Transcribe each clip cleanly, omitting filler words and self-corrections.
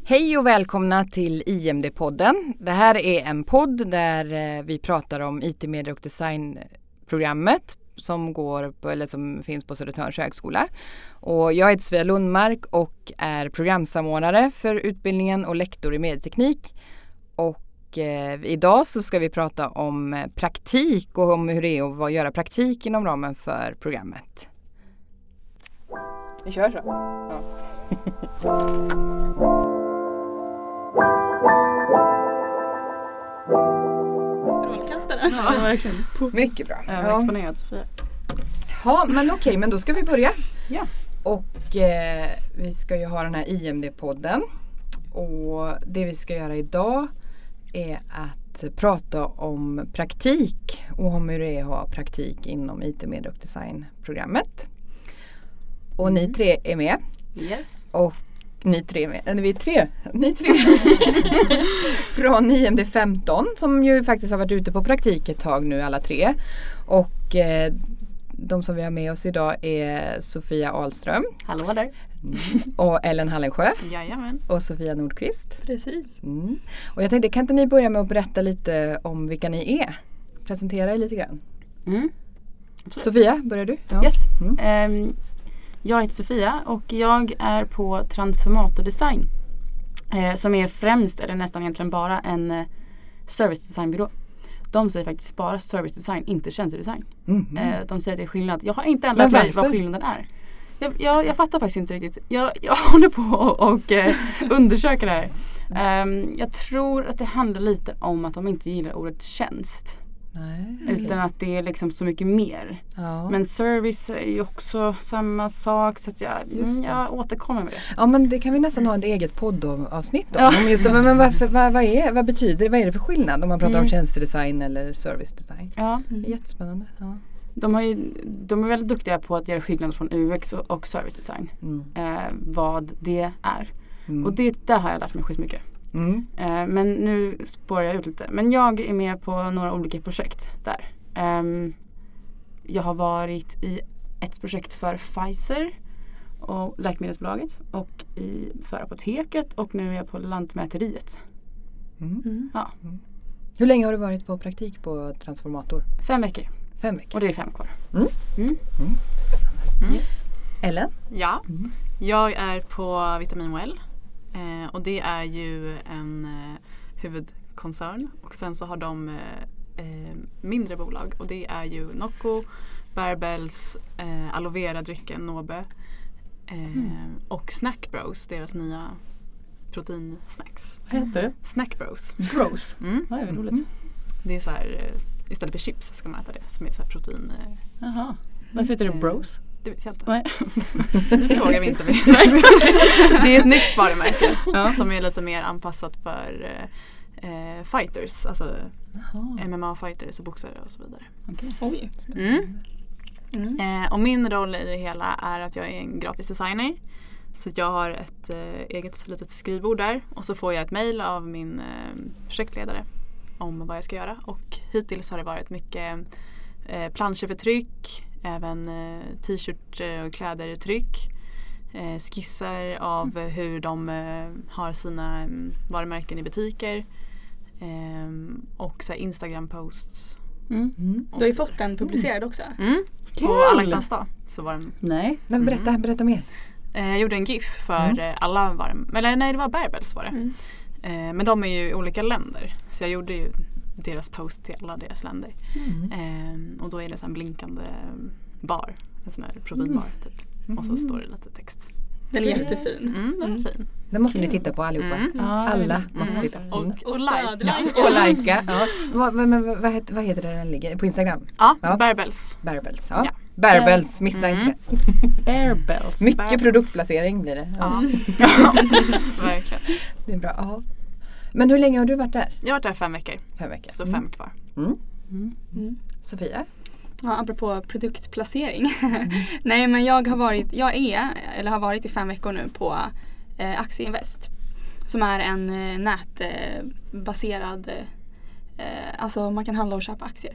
Hej och välkomna till IMD-podden. Det här är en podd där vi pratar om IT, media och designprogrammet som finns på Södertörns högskola. Och jag heter Sofia Lundmark och är programsamordnare för utbildningen och lektor i medieteknik. Och idag så ska vi prata om praktik och om hur det är att göra praktik inom ramen för programmet. Vi kör så. Ja. Strålkastare. Ja, verkligen. Mycket bra. Exponerat, Sofia. Ja, men okej, men då ska vi börja. Ja. Och vi ska ju ha den här IMD-podden. Och det vi ska göra idag är att prata om praktik och om hur det är att ha praktik inom IT, media och designprogrammet. Och ni tre är med. Yes. Och ni tre är med. Eller vi är tre. Ni tre. Från IMD 15 som ju faktiskt har varit ute på praktik ett tag nu alla tre. Och de som vi har med oss idag är Sofia Ahlström. Hallå där. Och Ellen Hallensjö. Jajamän. Och Sofia Nordqvist. Precis. Och jag tänkte, kan inte ni börja med att berätta lite om vilka ni är? Presentera er lite grann. Sofia, börjar du? Ja. Yes. Jag heter Sofia och jag är på Transformator Design. Som är främst, eller nästan egentligen bara, en service designbyrå. De säger faktiskt bara service design, inte tjänstedesign. De säger att det är skillnad. Jag har inte ändrat mig vad skillnaden är. Jag fattar faktiskt inte riktigt. Jag håller på och undersöker det här. Jag tror att det handlar lite om att de inte gillar ordet tjänst. Nej, utan att det är liksom så mycket mer. Ja. Men service är ju också samma sak, så att jag återkommer med det. Ja, men det kan vi nästan ha ett eget poddavsnitt då. Ja. Just det, men vad betyder det? Vad är det för skillnad om man pratar om tjänstedesign eller service design? Ja. Jättespännande. Ja. De är väldigt duktiga på att göra skillnad från UX och service design. Vad det är. Och där har jag lärt mig skitmycket. Men nu spårar jag ut lite. Men jag är med på några olika projekt där. Jag har varit i ett projekt för Pfizer och Läkemedelsbolaget och för Apoteket, och nu är jag på Lantmäteriet. Ja. Hur länge har du varit på praktik på Transformator? 5 veckor. 5 veckor. Och det är 5 kvar. Spännande. Yes. Ellen? Ja, jag är på Vitamin Well. Och det är ju en huvudkoncern. Och sen så har de mindre bolag. Och det är ju Nocco, Barebells, Aloe Vera-drycken Nobe och Snack Bros, deras nya proteinsnacks. Vad heter det? Snack Bros. Bros? Ja, det är roligt. Det är så här, istället för chips ska man äta det som är så här protein. Jaha. Varför heter det Bros? Det vet jag inte. Nej. Det frågar vi inte mer. Det är ett nytt varumärke som är lite mer anpassat för fighters. Alltså MMA-fighters och boxare och så vidare. Okay. Och min roll i det hela är att jag är en grafisk designer. Så jag har ett eget litet skrivbord där. Och så får jag ett mejl av min projektledare om vad jag ska göra. Och hittills har det varit mycket planscher för tryck. Även t-shirt och klädertryck. Skisser av hur de har sina varumärken i butiker. Och så här Instagram-posts. Du har ju fått den publicerad också. På alla glans dag så var den. Nej, men berätta mer. Jag gjorde en GIF för alla varumärken. Eller nej, det var Barebells var det. Men de är ju i olika länder. Så jag gjorde ju deras post till alla deras länder. Och då är det så en blinkande bar. En sån här proteinbar typ. Och så står det lite text. Den är jättefin. Den är fin. Den måste ni titta på allihopa. Alla måste titta. Och likea. Ja. Vad heter det den ligger? På Instagram? Ja, Barebells. Barebells, ja. Barebells, missa inte. Barebells. Mycket produktplacering blir det. Ja. Verkligen. Det är bra. Ja. Men hur länge har du varit där? Jag har varit där 5 veckor. 5 veckor. Så 5 kvar. Sofia? Ja, apropå produktplacering. Nej, men jag har varit i 5 veckor nu på Aktieinvest. Som är en nätbaserad, alltså man kan handla och köpa aktier.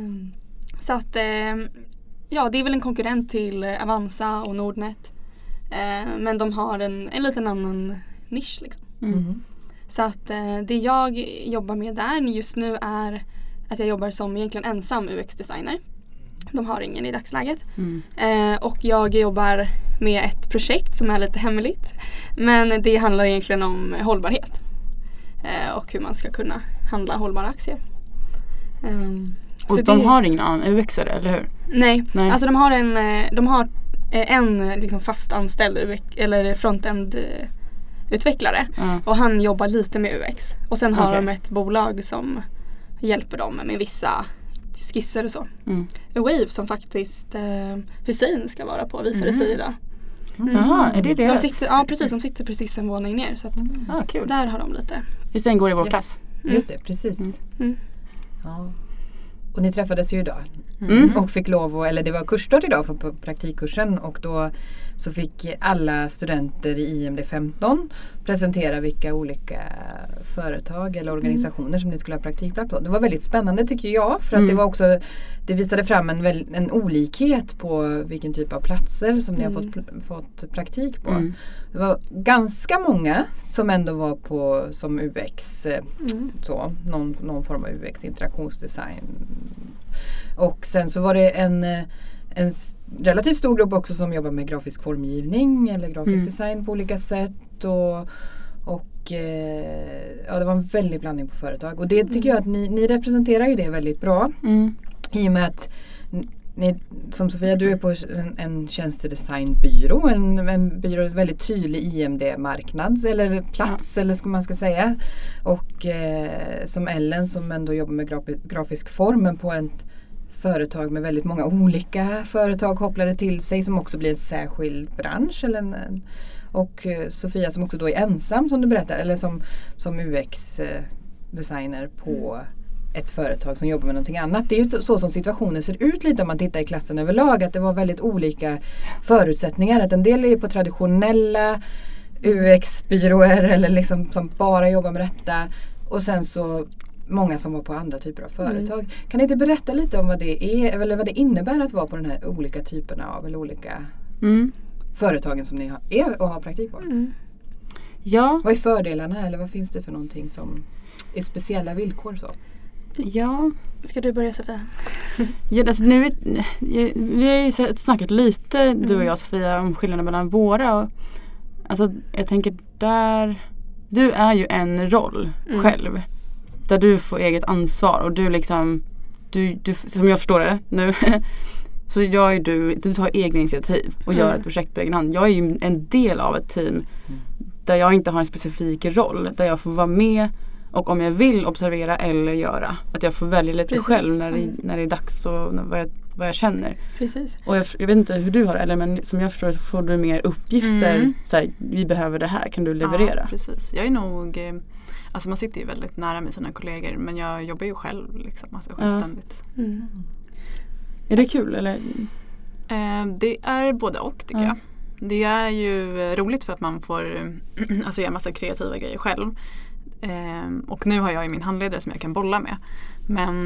Så att, ja, det är väl en konkurrent till Avanza och Nordnet. Men de har en liten annan nisch liksom. Så att det jag jobbar med där just nu är att jag jobbar som egentligen ensam UX-designer. De har ingen i dagsläget. Och jag jobbar med ett projekt som är lite hemligt. Men det handlar egentligen om hållbarhet. Och hur man ska kunna handla hållbara aktier. Och så de har ingen annan UX-are, eller hur? Nej. Alltså de har en liksom fast anställd eller frontend-utvecklare. Och han jobbar lite med UX. Och sen har de ett bolag som hjälper dem med vissa skisser och så. Wave som faktiskt Hussein ska vara på visade sig idag. Jaha, är det deras? Ja, precis. De sitter precis en våning ner. Så att kul. Där har de lite. Hussein går i vår klass. Just det, precis. Ja. Och ni träffades ju idag och fick lov, eller det var kursstart idag på praktikkursen, och då så fick alla studenter i IMD 15 presentera vilka olika företag eller organisationer som ni skulle ha praktikplats på. Det var väldigt spännande tycker jag, för att det var också, det visade fram en olikhet på vilken typ av platser som ni har fått praktik på. Det var ganska många som ändå var på som UX, så, någon form av UX, interaktionsdesign. Och sen så var det en relativt stor grupp också som jobbar med grafisk formgivning eller grafisk design på olika sätt. Och det var en väldig blandning på företag. Och det tycker jag att ni representerar ju det väldigt bra. I och med att ni, som Sofia, du är på en tjänstedesignbyrå, en byrå, väldigt tydlig IMD-marknad eller plats, eller ska man ska säga. Och som Ellen som ändå jobbar med grafisk form, men på ett företag med väldigt många olika företag kopplade till sig, som också blir en särskild bransch. Och Sofia som också då är ensam, som du berättar, eller som UX-designer på ett företag som jobbar med någonting annat. Det är ju så som situationen ser ut lite om man tittar i klassen överlag, att det var väldigt olika förutsättningar. Att en del är på traditionella UX-byråer eller liksom som bara jobbar med detta, och sen så många som var på andra typer av företag. Kan ni inte berätta lite om vad det är, eller vad det innebär att vara på den här olika typerna av, eller olika företagen som ni är och har praktik på? Ja. Vad är fördelarna, eller vad finns det för någonting som är speciella villkor så? Ja. Ska du börja, Sofia? Ja, alltså nu, vi har ju snackat lite, du och jag, Sofia, om skillnaden mellan våra. Och, alltså jag tänker där, du är ju en roll själv. Där du får eget ansvar och du liksom, du som jag förstår det nu, så gör ju du tar egna initiativ och gör ett projekt på egen hand. Jag är ju en del av ett team där jag inte har en specifik roll, där jag får vara med och om jag vill observera eller göra, att jag får välja lite själv när det är dags och vad jag känner. Precis. Och jag vet inte hur du har, eller men som jag förstår så får du mer uppgifter, så här, vi behöver det här, kan du leverera? Ja, precis. Jag är nog, alltså man sitter ju väldigt nära med sina kollegor, men jag jobbar ju själv liksom, alltså självständigt. Är det kul eller? Det är både och tycker jag. Det är ju roligt för att man får alltså göra massa kreativa grejer själv. Och nu har jag ju min handledare som jag kan bolla med. Men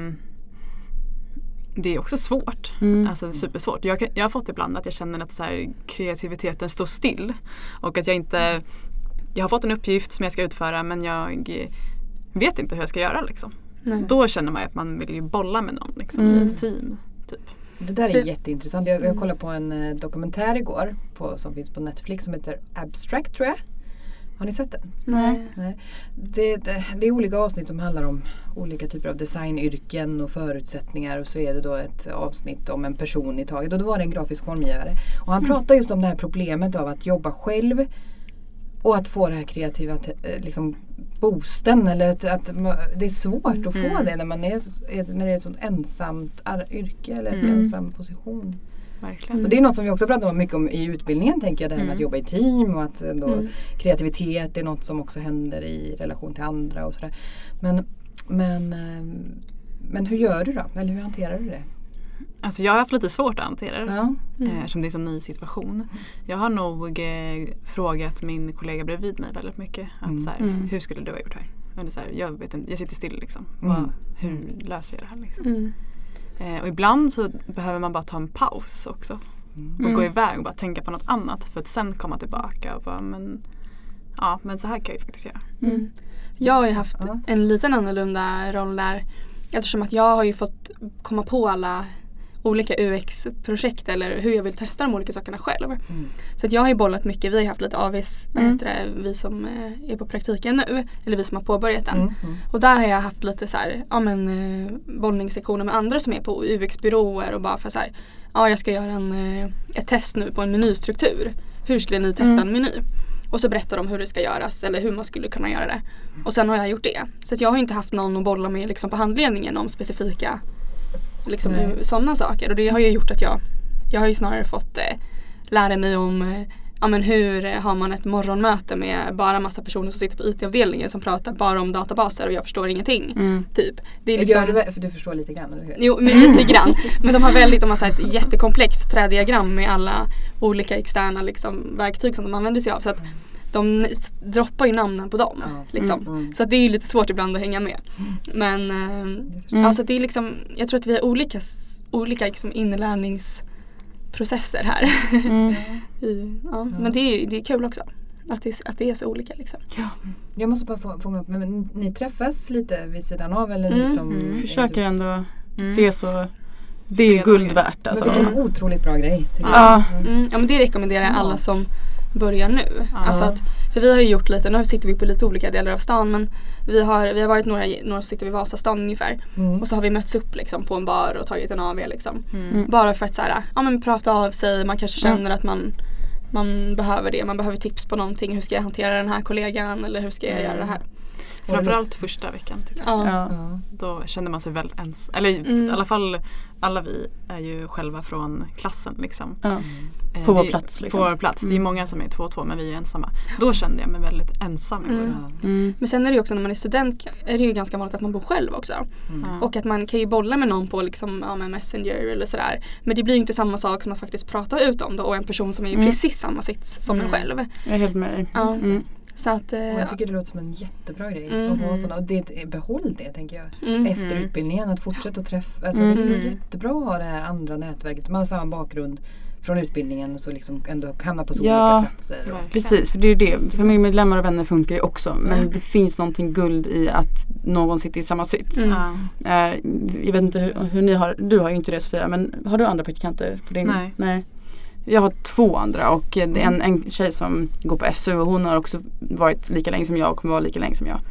det är också svårt. Alltså supersvårt. Jag har fått ibland att jag känner att så här, kreativiteten står still. Och att jag har fått en uppgift som jag ska utföra, men jag vet inte hur jag ska göra liksom. Då känner man att man vill ju bolla med någon liksom, i ett team typ. Det där är jätteintressant. Jag kollade på en dokumentär igår som finns på Netflix som heter Abstract, tror jag. Har ni sett den? Nej. Det är olika avsnitt som handlar om olika typer av designyrken och förutsättningar, och så är det då ett avsnitt om en person i taget, och då var det en grafisk formgivare. Och han pratar just om det här problemet av att jobba själv och att få det här kreativa liksom boosten, eller att det är svårt att få det när det är ett sånt ensamt yrke eller en ensam position. Verkligen. Och det är något som vi också pratar om mycket om i utbildningen, tänker jag, det här med att jobba i team, och att kreativitet är något som också händer i relation till andra och sådär. Men hur gör du då? Eller hur hanterar du det? Alltså jag har haft lite svårt att hantera det. Eftersom det är en ny situation. Jag har nog frågat min kollega bredvid mig väldigt mycket. Att så här, hur skulle du ha gjort här? Men så här, jag vet inte, jag sitter still liksom. Hur löser jag det här liksom? Och ibland så behöver man bara ta en paus också. Och gå iväg och bara tänka på något annat för att sen komma tillbaka och bara, men så här kan jag ju faktiskt göra. Jag har ju haft en liten annorlunda roll där, eftersom att jag har ju fått komma på alla olika UX-projekt eller hur jag vill testa de olika sakerna själv. Så att jag har ju bollat mycket. Vi har ju haft lite AVs, vi som är på praktiken nu, eller vi som har påbörjat den. Och där har jag haft lite så här, bollningssektioner med andra som är på UX-byråer och bara för så här, jag ska göra ett test nu på en menystruktur. Hur skulle ni testa en meny? Och så berättar de hur det ska göras eller hur man skulle kunna göra det. Och sen har jag gjort det. Så att jag har inte haft någon att bolla med liksom på handledningen om specifika liksom sådana saker. Och det har ju gjort att jag har ju snarare fått lära mig om hur har man ett morgonmöte med bara massa personer som sitter på IT-avdelningen som pratar bara om databaser och jag förstår ingenting. Typ. Det är liksom, gör du för du förstår lite grann, eller hur? Jo, men lite grann. Men de har så här ett jättekomplext trädiagram med alla olika externa liksom, verktyg som de använder sig av. Så att de droppar ju namnen på dem. Liksom. Så att det är ju lite svårt ibland att hänga med. Men så det är liksom, jag tror att vi har olika liksom, inlärningsprocesser här. Men det är kul också. Att det är så olika liksom. Ja. Jag måste bara fånga upp, men ni träffas lite vid sidan av eller ni som försöker ändå se så det är guld värt alltså. Men vilken otroligt bra grej. Ja, men det rekommenderar jag alla som börjar nu. Alltså för vi har ju gjort lite, nu sitter vi på lite olika delar av stan, men vi har varit några som sitter vid Vasastan ungefär. Och så har vi mötts upp liksom, på en bar och tagit en AV liksom. Bara för att så här, prata av sig, man kanske känner att man behöver det, man behöver tips på någonting, hur ska jag hantera den här kollegan eller hur ska jag göra det här. Framförallt första veckan tycker jag. Då kände man sig väldigt ensam. Eller i alla fall alla vi är ju själva från klassen liksom. På vår plats liksom. På vår plats. Det är många som är 2-2 men vi är ensamma. Då kände jag mig väldigt ensam. Men sen är det ju också när man är student är det ju ganska vanligt att man bor själv också. Och att man kan ju bolla med någon på liksom, med Messenger eller sådär. Men det blir ju inte samma sak som att faktiskt prata ut om det och en person som är i precis samma sits som en själv. Jag är helt med dig. Så att, jag tycker det låter som en jättebra grej att ha sådana, och behåll det tänker jag efter utbildningen, att fortsätta att träffa, alltså det är jättebra att ha det här andra nätverket, man har samma bakgrund från utbildningen och så liksom ändå hamna på så olika platser. Precis, för det är det, familjemedlemmar och vänner funkar ju också, men det finns någonting guld i att någon sitter i samma sits. Jag vet inte hur ni har, du har ju inte det Sofia, men har du andra praktikanter på din? Nej. Jag har 2 andra och det är en tjej som går på SU och hon har också varit lika länge som jag och kommer vara lika länge som jag.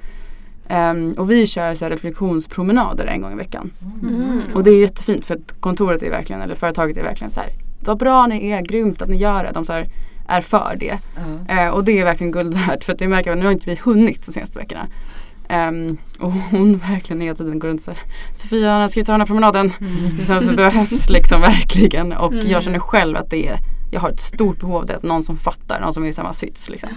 Och vi kör så här reflektionspromenader en gång i veckan. Och det är jättefint för att kontoret är verkligen, eller företaget är verkligen så här, vad bra ni är, grymt att ni gör det. De så här är för det. Och det är verkligen guld värt, för att det märker att nu har inte vi hunnit de senaste veckorna. Och hon verkligen hela tiden går runt så här, Sofia, ska vi ta den här promenaden? Det behövs liksom verkligen. Och jag känner själv att jag har ett stort behov av det, att någon som fattar, någon som är i samma sits liksom.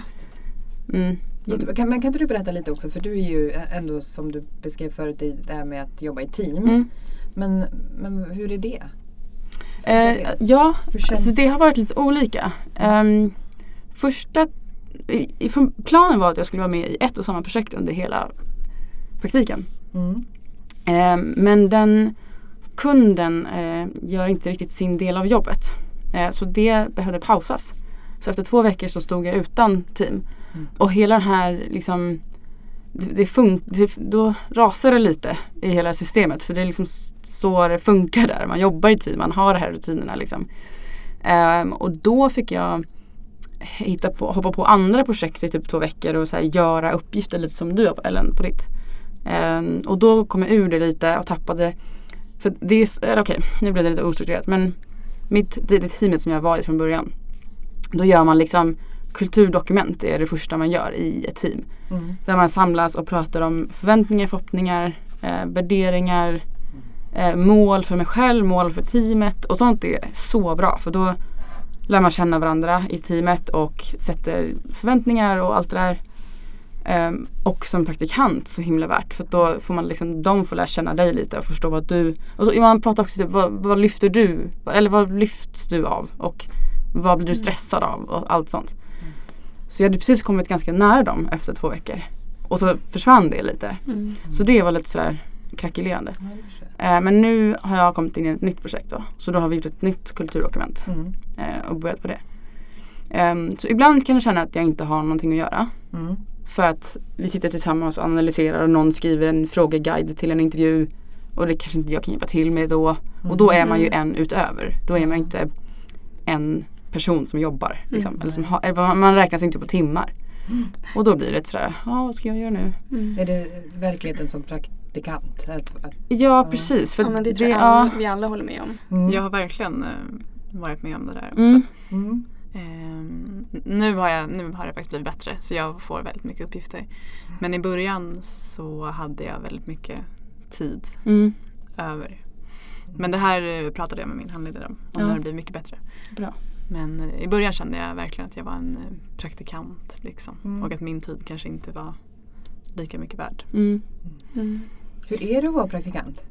Men kan inte du berätta lite också, för du är ju ändå som du beskrev förut det här med att jobba i team. Men hur är det? Så det har varit lite olika. Planen var att jag skulle vara med i ett och samma projekt under hela praktiken. Men den kunden gör inte riktigt sin del av jobbet. Så det behövde pausas. Så efter 2 veckor så stod jag utan team. Och hela den här liksom, då rasar det lite i hela systemet. För det är liksom så det funkar där. Man jobbar i team, man har de här rutinerna liksom. Och då fick jag hoppa på andra projekt i typ 2 veckor och så här, göra uppgifter lite som du gör, Ellen, på ditt. Och då kom jag ur det lite och tappade, för det är okej, nu blev det lite ostrukturerat, men det teamet som jag var i från början, då gör man liksom kulturdokument, är det första man gör i ett team. Där man samlas och pratar om förväntningar, förhoppningar, värderingar, mål för mig själv, mål för teamet, och sånt är så bra, för då lär man känna varandra i teamet och sätter förväntningar och allt det där. Och som praktikant så himla värt, för då får man liksom, de får lära känna dig lite och förstå vad du, och så man pratar också typ, vad lyfter du, eller vad lyfts du av och vad blir du stressad av och allt sånt. Så jag hade precis kommit ganska nära dem efter 2 veckor och så försvann det lite. Så det var lite sådär krackelerande. Men nu har jag kommit in i ett nytt projekt då. Så då har vi gjort ett nytt kulturdokument och börjat på det. Så ibland kan jag känna att jag inte har någonting att göra. För att vi sitter tillsammans och analyserar och någon skriver en frågeguide till en intervju och det kanske inte jag kan hjälpa till med då. Och då är man ju en utöver. Då är man inte en person som jobbar. Liksom. Eller man räknas inte på timmar. Och då blir det sådär, vad ska jag göra nu? Är det verkligheten som praktikant? Ja, precis. För men det tror jag vi alla håller med om. Jag har verkligen varit med om det där också. Nu har det faktiskt blivit bättre så jag får väldigt mycket uppgifter. Men i början så hade jag väldigt mycket tid över. Men det här pratade jag med min handledare om och nu har det blivit mycket bättre. Bra. Men i början kände jag verkligen att jag var en praktikant liksom. Och att min tid kanske inte var lika mycket värd. Hur är det att vara praktikant?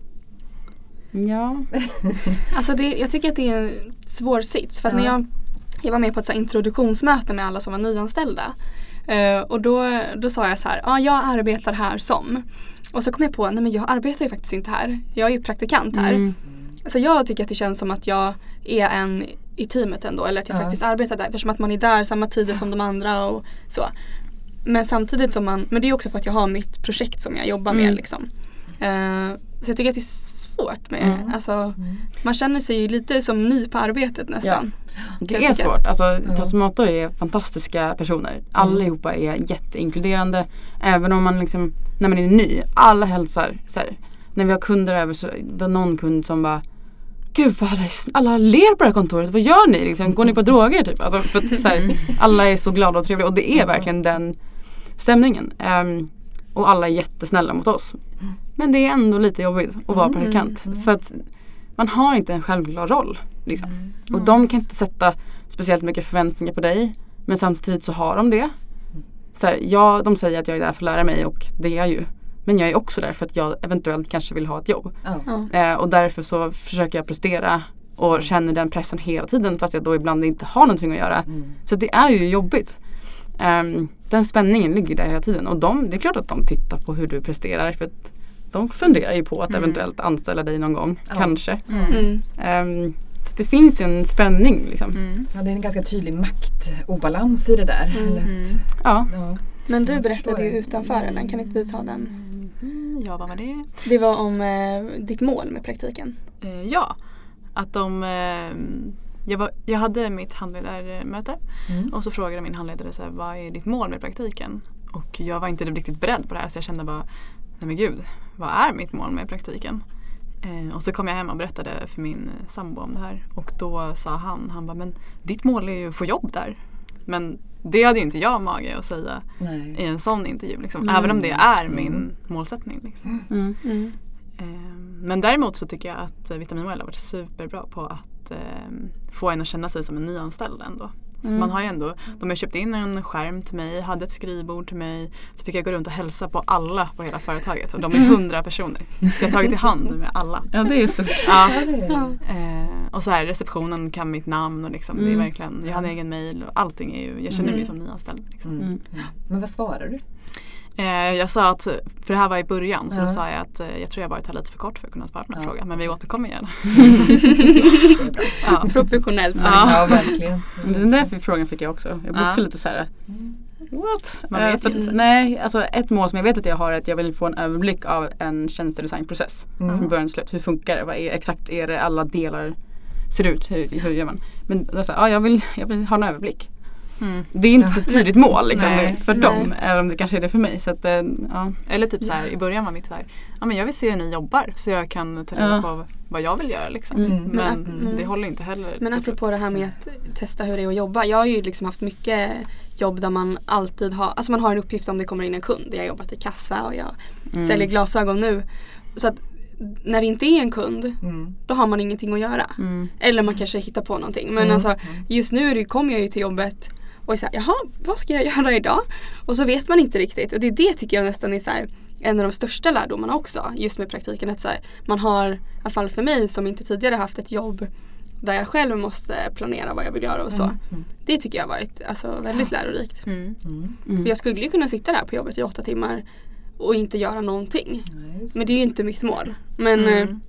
Ja. Alltså jag tycker att det är en svår sits. För att när jag var med på ett så introduktionsmöte med alla som var nyanställda. Och då sa jag så här, jag arbetar här som. Och så kom jag på, nej men jag arbetar ju faktiskt inte här. Jag är ju praktikant här. Så jag tycker att det känns som att jag är en i teamet ändå. Eller att jag faktiskt arbetar där. Eftersom att man är där samma tider som de andra och så. Men samtidigt som men det är också för att jag har mitt projekt som jag jobbar med liksom. Så jag tycker att det är svårt med, alltså man känner sig ju lite som ny på arbetet nästan. Det är svårt, alltså transformator är fantastiska personer. Allihopa är jätteinkluderande. Även om man liksom, när man är ny, alla hälsar så här, när vi har kunder över så var någon kund som bara, gud vad alla ler på det här kontoret, vad gör ni? Liksom, går ni på droger typ? Alltså, för att, så här, alla är så glada och trevliga och det är verkligen den stämningen. Och alla är jättesnälla mot oss. Men det är ändå lite jobbigt att vara praktikant. För att man har inte en självklar roll. Liksom. Och de kan inte sätta speciellt mycket förväntningar på dig. Men samtidigt så har de det. Så här, de säger att jag är där för att lära mig och det är jag ju. Men jag är också där för att jag eventuellt kanske vill ha ett jobb. Och därför så försöker jag prestera och känner den pressen hela tiden fast jag då ibland inte har någonting att göra. Så det är ju jobbigt. Den spänningen ligger där hela tiden. Och det är klart att de tittar på hur du presterar för att de funderar ju på att eventuellt anställa dig någon gång. Kanske. Så det finns ju en spänning liksom. Ja, det är en ganska tydlig maktobalans i det där. Ja. Men du berättade ju utanför den, kan inte du ta den? Ja, vad var det? Det var om ditt mål med praktiken. Ja, att jag hade mitt handledarmöte och så frågade min handledare så här, vad är ditt mål med praktiken? Och jag var inte riktigt beredd på det här så jag kände bara, nej men gud, vad är mitt mål med praktiken? Och så kom jag hem och berättade för min sambo om det här och då sa han bara, men ditt mål är ju att få jobb där. Men det hade ju inte jag mage att säga i en sån intervju liksom, även om det är min målsättning liksom. Men däremot så tycker jag att Vitaminwell har varit superbra på att få en att känna sig som en nyanställd ändå. Så man har ju ändå, de har köpt in en skärm till mig, hade ett skrivbord till mig, så fick jag gå runt och hälsa på alla på hela företaget och de är 100 personer. Så jag har tagit i hand med alla. Ja, det är stort. Och så här, receptionen kan mitt namn och liksom, det är verkligen, jag har en egen mail och allting är ju, jag känner mig som nyanställd. Liksom. Men vad svarar du? Jag sa att, för det här var i början, så då sa jag att jag tror jag varit här lite för kort för att kunna svara på den här frågan, men vi återkommer gärna. Professionellt sagt. Ja, verkligen. Den där frågan fick jag också. Jag blev också lite så här, what? Man vet nej, alltså ett mål som jag vet att jag har är att jag vill få en överblick av en tjänstedesignprocess från början till slut. Hur funkar det? Vad är exakt är det alla delar ser ut? Hur gör man? Men då så här, jag vill ha en överblick. Det är inte så tydligt mål liksom, för dem, även om det kanske är det för mig. Så att, Eller typ så här, i början var mitt så här, men jag vill se hur ni jobbar så jag kan ta reda på vad jag vill göra liksom. Men det håller inte heller. Men apropå det här med att testa hur det är att jobba. Jag har ju liksom haft mycket jobb där man alltid har, alltså man har en uppgift om det kommer in en kund. Jag har jobbat i kassa och jag säljer glasögon nu. Så att när det inte är en kund, då har man ingenting att göra. Eller man kanske hittar på någonting. Men alltså, just nu kommer jag ju till jobbet och är så här, jaha, vad ska jag göra idag? Och så vet man inte riktigt. Och det tycker jag nästan är så här, en av de största lärdomarna också. Just med praktiken. Att så här, man har, i alla fall för mig som inte tidigare haft ett jobb där jag själv måste planera vad jag vill göra och så. Det tycker jag har varit väldigt lärorikt. För jag skulle ju kunna sitta där på jobbet i 8 timmar och inte göra någonting. Nej, men det är ju inte mitt mål. Men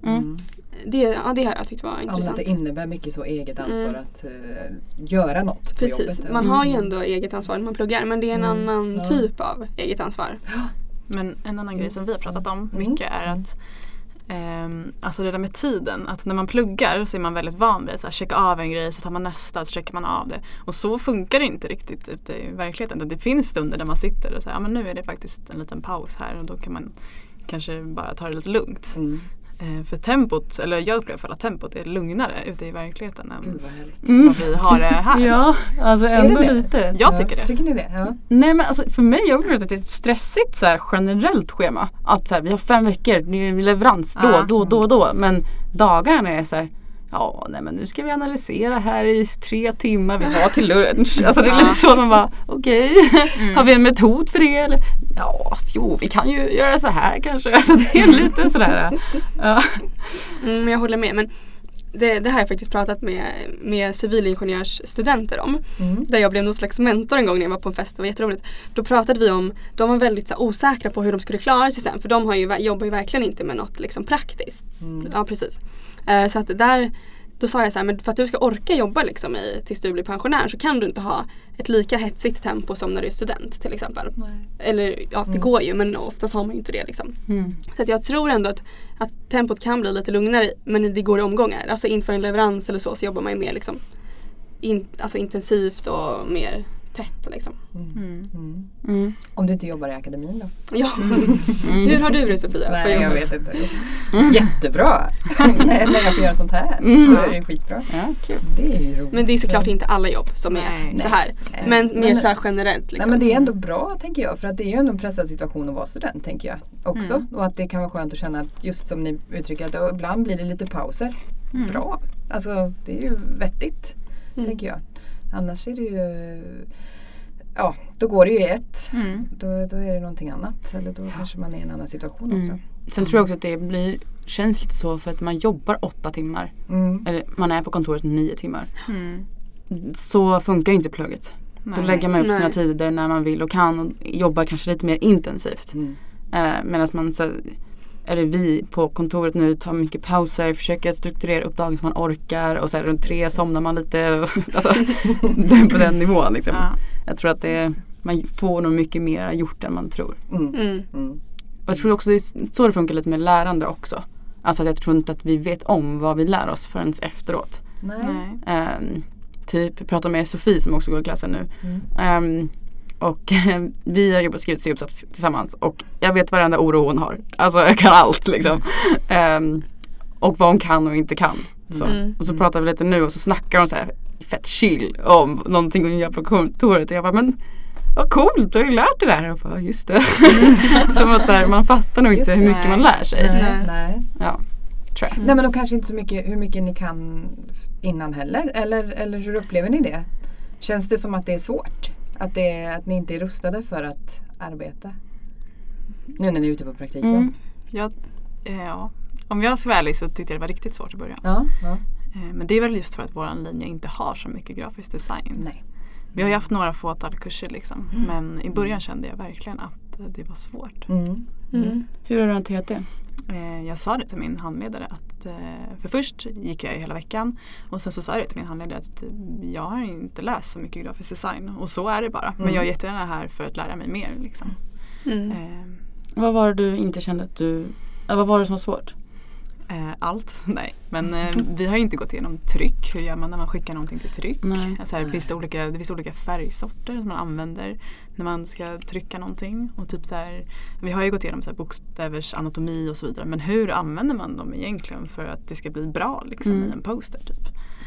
det har jag tyckt var intressant. Att det innebär mycket så eget ansvar att göra något på jobbet. Precis, man har ju ändå eget ansvar när man pluggar, men det är en annan typ av eget ansvar. Men en annan grej som vi har pratat om mycket är att alltså det där med tiden, att när man pluggar så är man väldigt van vid att checka av en grej, så tar man nästa, så checkar man av det. Och så funkar det inte riktigt ute i verkligheten. Det finns stunder där man sitter och säger, men nu är det faktiskt en liten paus här, och då kan man kanske bara ta det lite lugnt. För tempot, eller jag upplever att tempot är lugnare ute i verkligheten än vad vi har det här. Ja, alltså ändå det? lite. Jag tycker det. Tycker ni det? Ja. Nej, men alltså för mig, jag upplever att det är ett stressigt så här, generellt schema. Att så här, vi har 5 veckor, det är leverans då. Men dagarna är så här, men nu ska vi analysera här i 3 timmar, vi har till lunch. Alltså det är lite så, man bara, okej. Har vi en metod för det? Eller, vi kan ju göra så här kanske. Alltså det är lite sådär. Ja. Jag håller med, men det här har jag faktiskt pratat med civilingenjörsstudenter om. Där jag blev någon slags mentor en gång när jag var på en fest. Det var jätteroligt. Då pratade vi om, de var väldigt så osäkra på hur de skulle klara sig sen. För de jobbar ju verkligen inte med något liksom praktiskt. Ja, precis. Så att då sa jag så här, men för att du ska orka jobba liksom tills du blir pensionär, så kan du inte ha ett lika hetsigt tempo som när du är student till exempel. Nej. Eller det går ju, men oftast har man ju inte det liksom. Så att jag tror ändå att tempot kan bli lite lugnare, men det går i omgångar. Alltså inför en leverans eller så jobbar man ju mer liksom alltså intensivt och mer tätt liksom. Om du inte jobbar i akademin då? Ja. Hur har du det, Sofia? Nej, jag vet inte. Jättebra. När jag får göra sånt här så är det skitbra. Ja, kul. Det är ju roligt. Men det är såklart inte alla jobb som är så här. Men mer så här generellt liksom. Nej, men det är ändå bra, tänker jag. För att det är ju ändå en pressad situation att vara student, tänker jag också. Och att det kan vara skönt att känna att, just som ni uttrycker, att ibland blir det lite pauser. Bra. Alltså det är ju vettigt, tänker jag. Annars är det ju, då går det ju då är det någonting annat. Eller då kanske man är i en annan situation också. Sen tror jag också att det känns lite så för att man jobbar 8 timmar. Eller man är på kontoret 9 timmar. Så funkar ju inte plugget. Då lägger man upp sina tider när man vill och kan och jobbar kanske lite mer intensivt. Medan man eller vi på kontoret nu tar mycket pauser, försöker strukturera upp dagen som man orkar, och så här runt 3 somnar man lite, alltså på den nivån liksom. Jag tror att man får nog mycket mer gjort än man tror. Och jag tror också det är så det funkar lite med lärande också. Alltså att jag tror inte att vi vet om vad vi lär oss förrän efteråt. Nej. Typ prata med Sofie som också går i klassen nu. Och vi har skrivit C-uppsats tillsammans. Och jag vet varenda oro hon har. Alltså jag kan allt liksom. Och vad hon kan och inte kan. Så. Och så pratar vi lite nu och så snackar hon så här fett chill om någonting hon gör på kontoret. Och jag bara, men vad coolt, du har ju lärt dig det här. Och bara, just det. Som att så här, man fattar nog inte hur mycket man lär sig. Nej. Ja, tror jag. Nej, men då kanske inte så mycket hur mycket ni kan innan heller. Eller hur upplever ni det? Känns det som att det är svårt? Att ni inte är rustade för att arbeta? Nu när ni är ute på praktiken. Om jag ska vara ärlig så tyckte jag det var riktigt svårt i början. Ja. Men det är väl just för att vår linje inte har så mycket grafisk design. Nej. Vi har ju haft några fåtal kurser liksom. Men i början kände jag verkligen att det var svårt. Hur har du hanterat det? Jag sa det till min handledare att för först gick jag hela veckan och sen så sa jag det till min handledare att jag har inte läst så mycket grafisk design och så är det bara. Men jag är jättegärna här för att lära mig mer liksom. Vad var det du inte kände att vad var det som var svårt? Allt, nej. Men vi har inte gått igenom tryck. Hur gör man när man skickar någonting till tryck? Alltså det finns olika färgsorter som man använder när man ska trycka någonting. Och typ så här, vi har ju gått igenom så här bokstävers anatomi och så vidare. Men hur använder man dem egentligen för att det ska bli bra liksom, i en poster typ?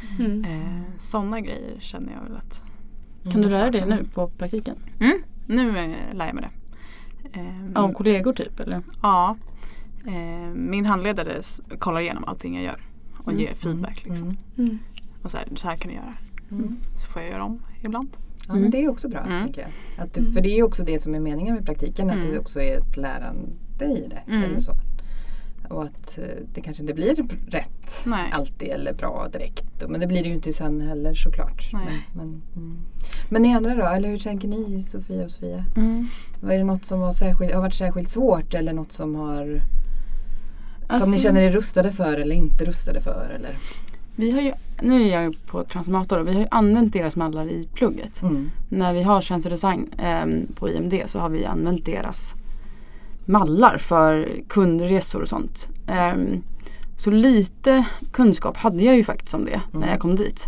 Sådana grejer känner jag väl att... Kan du lära dig nu på praktiken? Nu lär jag mig det. Av kollegor typ, eller? Ja. Min handledare kollar igenom allting jag gör och ger feedback liksom. Och så här kan du göra. Så får jag göra om ibland. Ja, men det är också bra, tänker jag. För det är ju också det som är meningen med praktiken, att det också är ett lärande i det. Eller så. Och att det kanske inte blir rätt alltid eller bra direkt. Men det blir det ju inte sen heller såklart. Men ni andra då? Eller hur tänker ni, Sofia och Sofia? Vad är det något som har varit särskilt svårt eller något som har som ni känner er rustade för eller inte rustade för? Eller? Vi har ju, nu är jag på Transformator och vi har ju använt deras mallar i plugget. När vi har tjänstedesign på IMD så har vi använt deras mallar för kundresor och sånt. Så lite kunskap hade jag ju faktiskt om det när jag kom dit.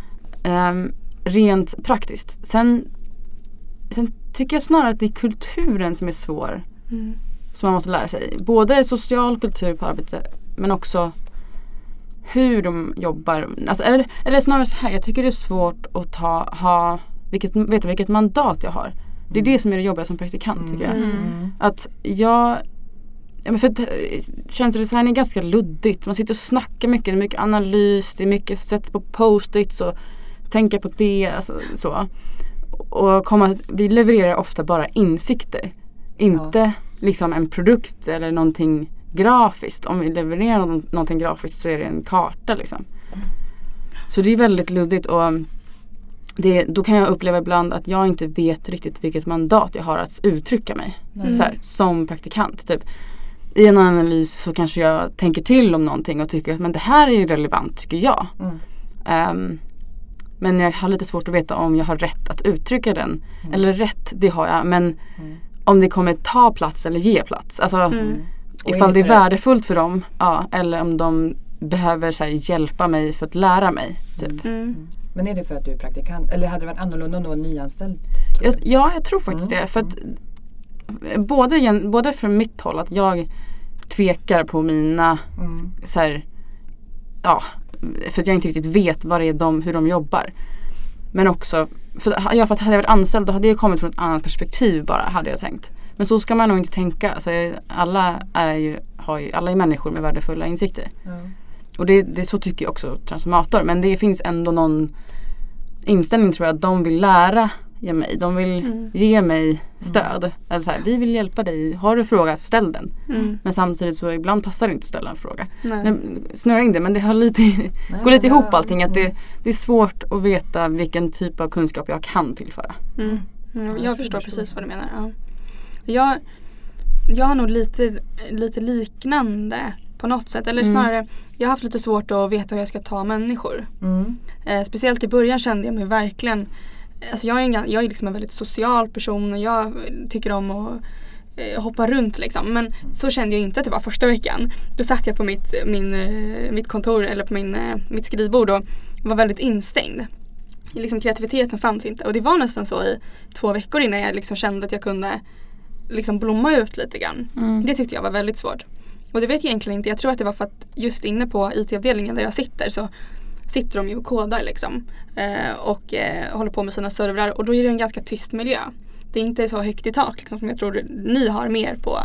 Rent praktiskt. Sen tycker jag snarare att det är kulturen som är svår. Som man måste lära sig. Både social kultur på arbetet men också hur de jobbar. Alltså, eller snarare så här, jag tycker det är svårt att veta vilket mandat jag har. Det är det som är det jobbiga som praktikant tycker jag. Att för tjänstedesign är ganska luddigt. Man sitter och snackar mycket, det är mycket analys, det är mycket sätt på post-its och tänka på det. Alltså, så. Och vi levererar ofta bara insikter. Inte liksom en produkt eller någonting grafiskt. Om vi levererar någonting grafiskt så är det en karta liksom. Så det är väldigt luddigt och då kan jag uppleva ibland att jag inte vet riktigt vilket mandat jag har att uttrycka mig så här, som praktikant. Typ. I en analys så kanske jag tänker till om någonting och tycker att men det här är relevant tycker jag. Men jag har lite svårt att veta om jag har rätt att uttrycka den. Eller rätt, det har jag. Men om det kommer ta plats eller ge plats. Alltså ifall det är värdefullt för dem. Eller om de behöver så här, hjälpa mig för att lära mig. Typ. Men är det för att du är praktikant? Eller hade det varit annorlunda om du var nyanställd? Jag tror faktiskt det. För att både från mitt håll att jag tvekar på mina så här, för att jag inte riktigt vet vad det är hur de jobbar. Men också för att hade jag varit anställd då hade jag kommit från ett annat perspektiv bara, hade jag tänkt. Men så ska man nog inte tänka. Alltså, alla är människor med värdefulla insikter. Och det så tycker jag också Transformator. Men det finns ändå någon inställning tror jag att de vill lära mig. De vill ge mig stöd. Alltså så här, vi vill hjälpa dig. Har du fråga så ställ den. Men samtidigt så ibland passar det inte att ställa en fråga. Snurra in det men det har går lite ihop allting. Att det är svårt att veta vilken typ av kunskap jag kan tillföra. Jag förstår precis vad du menar. Ja. Jag har nog lite liknande på något sätt. Eller snarare, jag har haft lite svårt att veta hur jag ska ta människor. Speciellt i början kände jag mig verkligen. Alltså jag är liksom en väldigt social person och jag tycker om att hoppa runt liksom. Men så kände jag inte att det var första veckan. Då satt jag på mitt kontor eller på mitt skrivbord och var väldigt instängd. Liksom kreativiteten fanns inte. Och det var nästan så i 2 veckor innan jag liksom kände att jag kunde liksom blomma ut lite grann. Det tyckte jag var väldigt svårt. Och det vet jag egentligen inte. Jag tror att det var för att just inne på IT-avdelningen där jag sitter så sitter de ju och kodar liksom. Och håller på med sina servrar. Och då är det en ganska tyst miljö. Det är inte så högt i tak liksom, som jag tror ni har mer på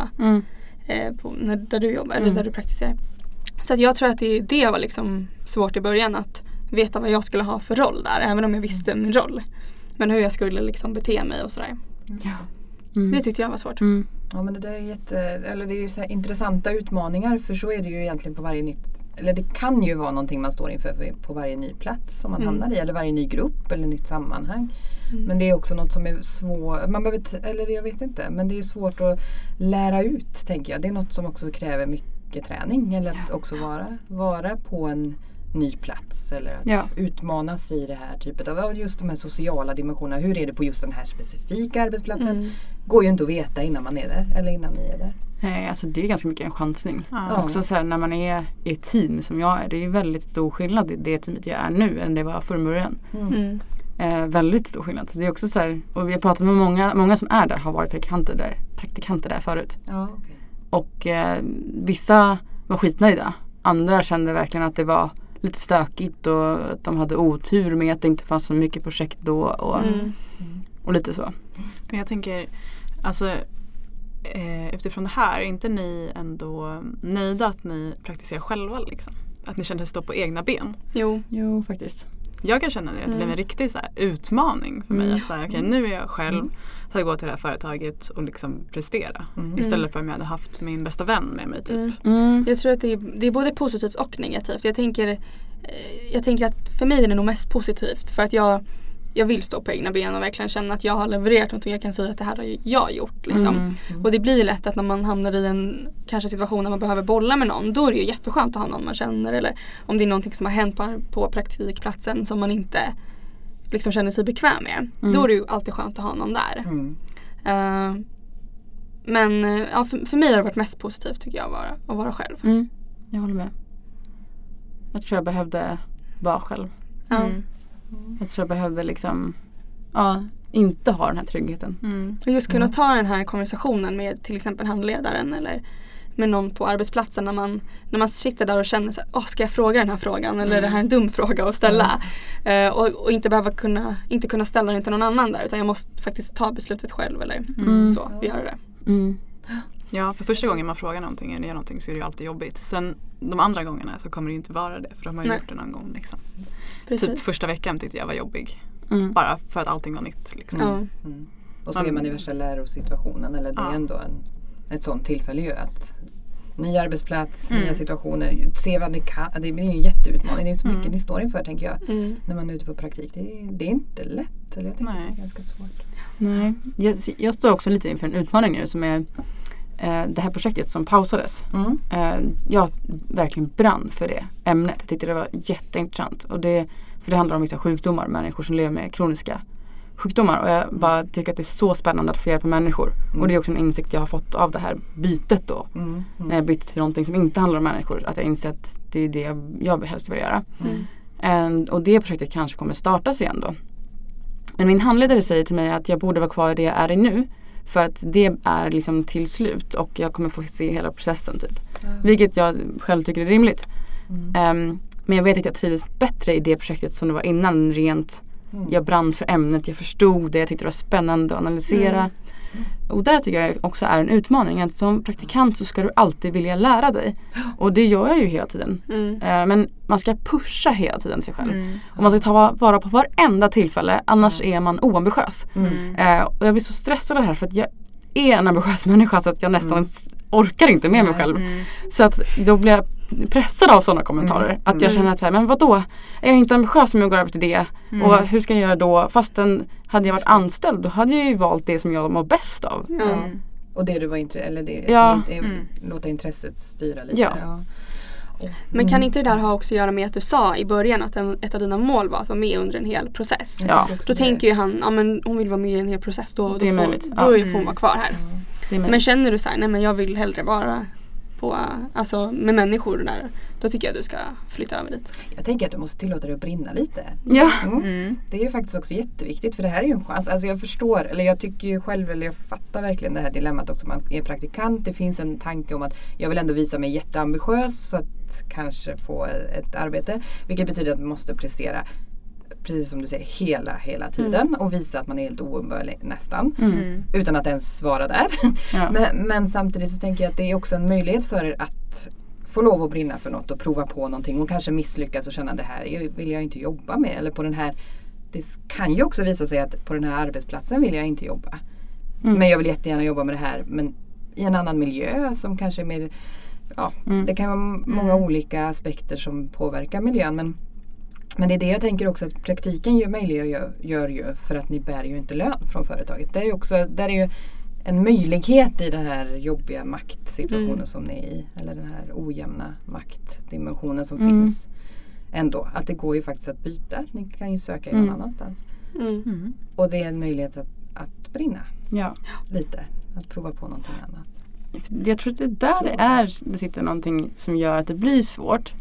där du jobbar eller där du praktiserar. Så att jag tror att det var liksom svårt i början att veta vad jag skulle ha för roll där. Även om jag visste min roll. Men hur jag skulle liksom bete mig och sådär. Det tyckte jag var svårt. Ja men det där är det är ju så här intressanta utmaningar för så är det ju egentligen på varje nytt, eller det kan ju vara någonting man står inför på varje ny plats som man hamnar i eller varje ny grupp eller nytt sammanhang. Men det är också något som är svårt, man behöver, eller jag vet inte, men det är svårt att lära ut tänker jag. Det är något som också kräver mycket träning eller att också vara på en ny plats eller att utmanas i det här typet av just de här sociala dimensionerna. Hur är det på just den här specifika arbetsplatsen? Går ju inte att veta innan man är där eller innan ni är där. Nej, alltså det är ganska mycket en chansning. Också så här, när man är i ett team som jag är, det är väldigt stor skillnad i det teamet jag är nu än det var från början. Väldigt stor skillnad. Så det är också så här, och vi har pratat med många som är där har varit praktikanter där förut. Och vissa var skitnöjda. Andra kände verkligen att det var lite stökigt och att de hade otur med att det inte fanns så mycket projekt då och lite så. Men jag tänker, alltså utifrån det här, är inte ni ändå nöjda att ni praktiserar själva liksom? Att ni känner att stå på egna ben? Jo, faktiskt. Jag kan känna att det blev en riktig så här, utmaning för mig. Att säga, okej, nu är jag själv. för att gå till det här företaget och liksom prestera. Istället för att jag hade haft min bästa vän med mig typ. Jag tror att det är både positivt och negativt. Jag tänker att för mig är det nog mest positivt. För att jag vill stå på egna ben och verkligen känna att jag har levererat något och jag kan säga att det här har jag gjort. Liksom. Och det blir lätt att när man hamnar i en kanske situation där man behöver bolla med någon, då är det ju jätteskönt att ha någon man känner. Eller om det är någonting som har hänt på praktikplatsen som man inte liksom känner sig bekväm med. Då är det ju alltid skönt att ha någon där. Men ja, för mig har det varit mest positivt tycker jag att vara själv. Jag håller med. Jag tror jag behövde vara själv. Jag tror jag behövde liksom inte ha den här tryggheten. Och just kunna ta den här konversationen med till exempel handledaren eller med någon på arbetsplatsen när man sitter där och känner så här, ska jag fråga den här frågan eller är det här en dum fråga att ställa? Och inte behöva kunna ställa den till någon annan där, utan jag måste faktiskt ta beslutet själv eller så och göra det. Ja, för första gången man frågar någonting eller gör någonting så är det ju alltid jobbigt. Sen de andra gångerna så kommer det ju inte vara det, för de har ju gjort det någon gång liksom. Typ första veckan tyckte jag var jobbig. Bara för att allting var nytt liksom. Och så är man i värsta lärosituationen, eller det är ändå ett sånt tillfälle ju att ny arbetsplats, nya situationer, se vad det kan. Det blir ju en jätteutmaning. Det är så mycket ni står inför, tänker jag, när man är ute på praktik. Det är inte lätt, eller jag tänker det är ganska svårt. Nej, jag står också lite inför en utmaning nu som är det här projektet som pausades. Jag verkligen brann för det ämnet. Jag tyckte det var jätteintressant. För det handlar om vissa sjukdomar, människor som lever med kroniska sjukdomar. Och jag bara tycker att det är så spännande att få hjälpa människor. Och det är också en insikt jag har fått av det här bytet då. När jag bytte till någonting som inte handlar om människor. Att jag inser att det är det jag helst vill göra. Och det projektet kanske kommer startas igen då. Men min handledare säger till mig att jag borde vara kvar i det jag är i nu. För att det är liksom till slut och jag kommer få se hela processen typ. Vilket jag själv tycker är rimligt. Men jag vet att jag trivs bättre i det projektet som det var innan rent. Jag brann för ämnet, jag förstod det, jag tyckte det var spännande att analysera. Och där tycker jag också är en utmaning. Att som praktikant så ska du alltid vilja lära dig. Och det gör jag ju hela tiden. Men man ska pusha hela tiden sig själv. Och man ska ta vara på varenda tillfälle. Annars är man oambitiös. Och jag blir så stressad av det här för att jag är en ambitiös människa så att jag nästan orkar inte med mig själv. Så att då blir jag pressad av sådana kommentarer. Att jag känner att så här, men vadå? Är jag inte ambitiös om jag går över till det? Och hur ska jag göra då? Fastän hade jag varit anställd, då hade jag ju valt det som jag mår bäst av. Och det du var låta intresset styra lite. Men kan inte det där ha också att göra med att du sa i början att ett av dina mål var att vara med under en hel process? Då tänker ju han, men hon vill vara med i en hel process, då får hon vara kvar här. Men känner du så här, nej men jag vill hellre vara med människor där, då tycker jag att du ska flytta över dit. Jag tänker att du måste tillåta dig att brinna lite. Det är ju faktiskt också jätteviktigt, för det här är ju en chans. Alltså jag förstår, eller jag tycker ju själv, eller jag fattar verkligen det här dilemmat också. Man är praktikant, det finns en tanke om att jag vill ändå visa mig jätteambitiös så att kanske få ett arbete. Vilket betyder att man måste prestera, precis som du säger, hela tiden och visa att man är helt oumbörlig nästan utan att ens vara där. Men samtidigt så tänker jag att det är också en möjlighet för er att få lov att brinna för något och prova på någonting och kanske misslyckas och känna det här vill jag inte jobba med, eller på den här, det kan ju också visa sig att på den här arbetsplatsen vill jag inte jobba. Men jag vill jättegärna jobba med det här, men i en annan miljö som kanske är mer det kan vara många olika aspekter som påverkar miljön, men det är det jag tänker också, att praktiken gör ju för att ni bär ju inte lön från företaget. Där är ju en möjlighet i den här jobbiga maktsituationen som ni är i. Eller den här ojämna maktdimensionen som finns ändå. Att det går ju faktiskt att byta. Ni kan ju söka någon annanstans. Och det är en möjlighet att brinna lite. Att prova på någonting annat. Jag tror att det sitter någonting som gör att det blir svårt.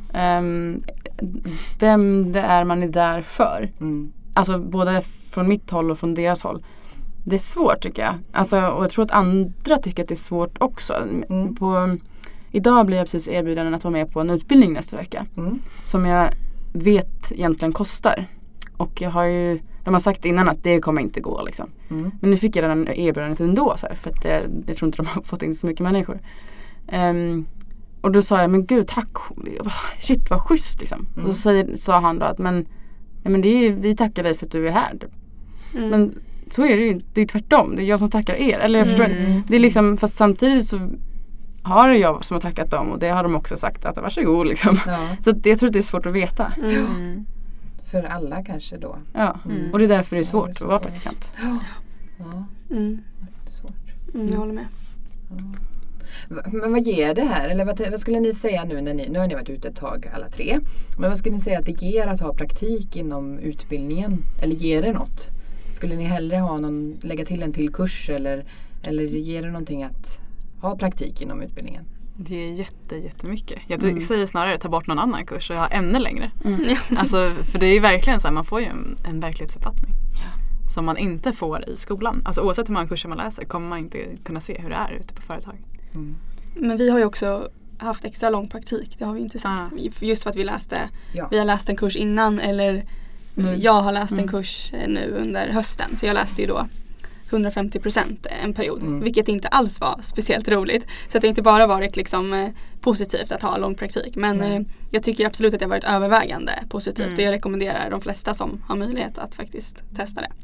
Vem det är man är där för. Alltså både från mitt håll och från deras håll. Det är svårt tycker jag. Alltså, och jag tror att andra tycker att det är svårt också. Idag blir jag precis erbjuden att vara med på en utbildning nästa vecka. Som jag vet egentligen kostar. Och de har sagt innan att det kommer inte gå liksom. Men nu fick jag den erbjudandet ändå så här, för att jag tror inte de har fått in så mycket människor. Och då sa jag, men gud tack, shit vad schysst liksom. Och så sa han då att men vi tackar dig för att du är här. Men så är det ju. Det är tvärtom. Det är jag som tackar er. Eller jag förstår inte. Det är liksom, fast samtidigt så har jag som har tackat dem. Och det har de också sagt att varsågod liksom. Ja. Så jag tror att det är svårt att veta. För alla kanske då. Ja, och det är därför det är svårt att vara praktikant. Ja. Svårt. Jag håller med. Men vad ger det här? Eller vad skulle ni säga nu nu har ni varit ute ett tag alla 3. Men vad skulle ni säga att det ger att ha praktik inom utbildningen? Eller ger det något? Skulle ni hellre lägga till en till kurs eller ger det någonting att ha praktik inom utbildningen? Det är jättemycket. Jag säger snarare ta bort någon annan kurs och ha ännu längre. Alltså, för det är verkligen så här, man får ju en verklighetsuppfattning. Som man inte får i skolan. Alltså oavsett hur många kurser man läser kommer man inte kunna se hur det är ute på företag. Men vi har ju också haft extra lång praktik. Det har vi inte sagt. Just för att vi har läst en kurs innan. Eller jag har läst en kurs nu under hösten. Så jag läste ju då 150% en period. Vilket inte alls var speciellt roligt. Så att det inte bara varit liksom positivt att ha lång praktik. Men jag tycker absolut att det har varit övervägande positivt. Och jag rekommenderar de flesta som har möjlighet att faktiskt testa det.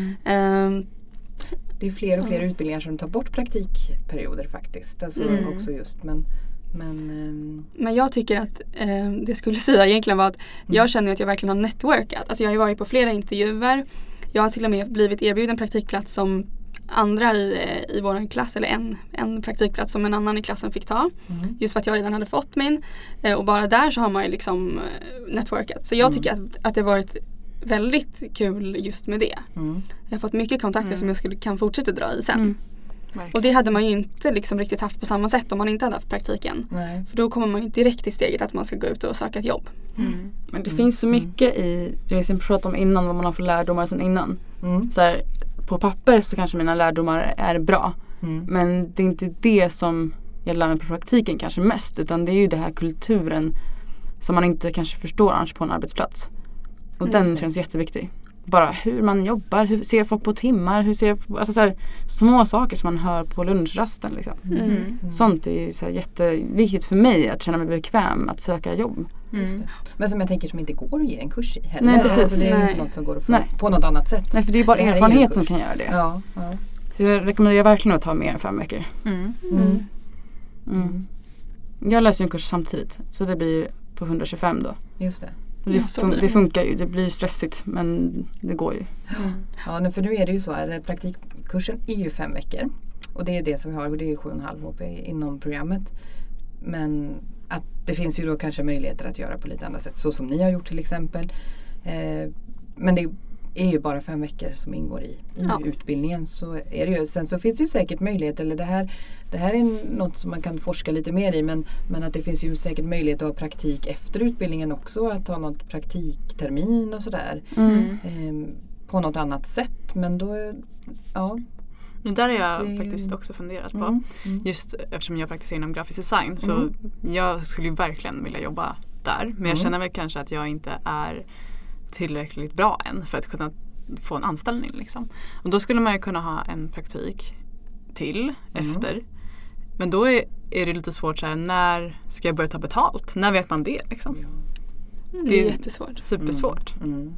Det är fler och fler utbildningar som tar bort praktikperioder faktiskt. Alltså också just. Men jag tycker att det jag skulle säga egentligen var att jag känner att jag verkligen har networkat. Alltså jag har ju varit på flera intervjuer. Jag har till och med blivit erbjuden praktikplats som andra i vår klass. Eller en praktikplats som en annan i klassen fick ta. Just för att jag redan hade fått min. Och bara där så har man ju liksom networkat. Så jag tycker att det har varit väldigt kul just med det. Jag har fått mycket kontakter som jag kan fortsätta dra i sen. Och det hade man ju inte liksom riktigt haft på samma sätt om man inte hade haft praktiken. Nej. För då kommer man ju direkt i steget att man ska gå ut och söka ett jobb. Men det finns så mycket i, det vi pratade om innan, vad man har för lärdomar sedan innan. Så här, på papper så kanske mina lärdomar är bra. Men det är inte det som jag lär mig på praktiken kanske mest. Utan det är ju det här kulturen som man inte kanske förstår annars på en arbetsplats. Och den känns jätteviktig. Bara hur man jobbar, hur ser folk på timmar, alltså så här, små saker som man hör på lunchrasten liksom. Sånt är ju så här jätteviktigt för mig att känna mig bekväm att söka jobb. Men som jag tänker som inte går att ge en kurs i heller. Nej, precis. Alltså, det är inte något som går att få på något annat sätt. Nej, för det är bara erfarenhet som kan göra det. Ja. Så jag rekommenderar verkligen att ta mer än 5 veckor. Jag läser ju en kurs samtidigt, så det blir på 125 då. Just det. Det funkar ju, det blir stressigt men det går ju. Ja, för nu är det ju så att praktikkursen är ju 5 veckor. Och det är det som vi har, och det är 7,5 HP inom programmet. Men att det finns ju då kanske möjligheter att göra på lite andra sätt, så som ni har gjort till exempel. Men det är ju bara 5 veckor som ingår i utbildningen, så är det ju. Sen så finns det ju säkert möjlighet, eller det här är något som man kan forska lite mer i, men att det finns ju säkert möjlighet att ha praktik efter utbildningen också, att ha något praktiktermin och sådär på något annat sätt, men då det där har jag faktiskt också funderat på. Just eftersom jag praktiserar inom grafisk design, så jag skulle ju verkligen vilja jobba där, men jag känner väl kanske att jag inte är tillräckligt bra än för att kunna få en anställning liksom. Och då skulle man ju kunna ha en praktik till efter. Men då är det lite svårt så här, när ska jag börja ta betalt? När vet man det liksom? Det är jättesvårt. Supersvårt.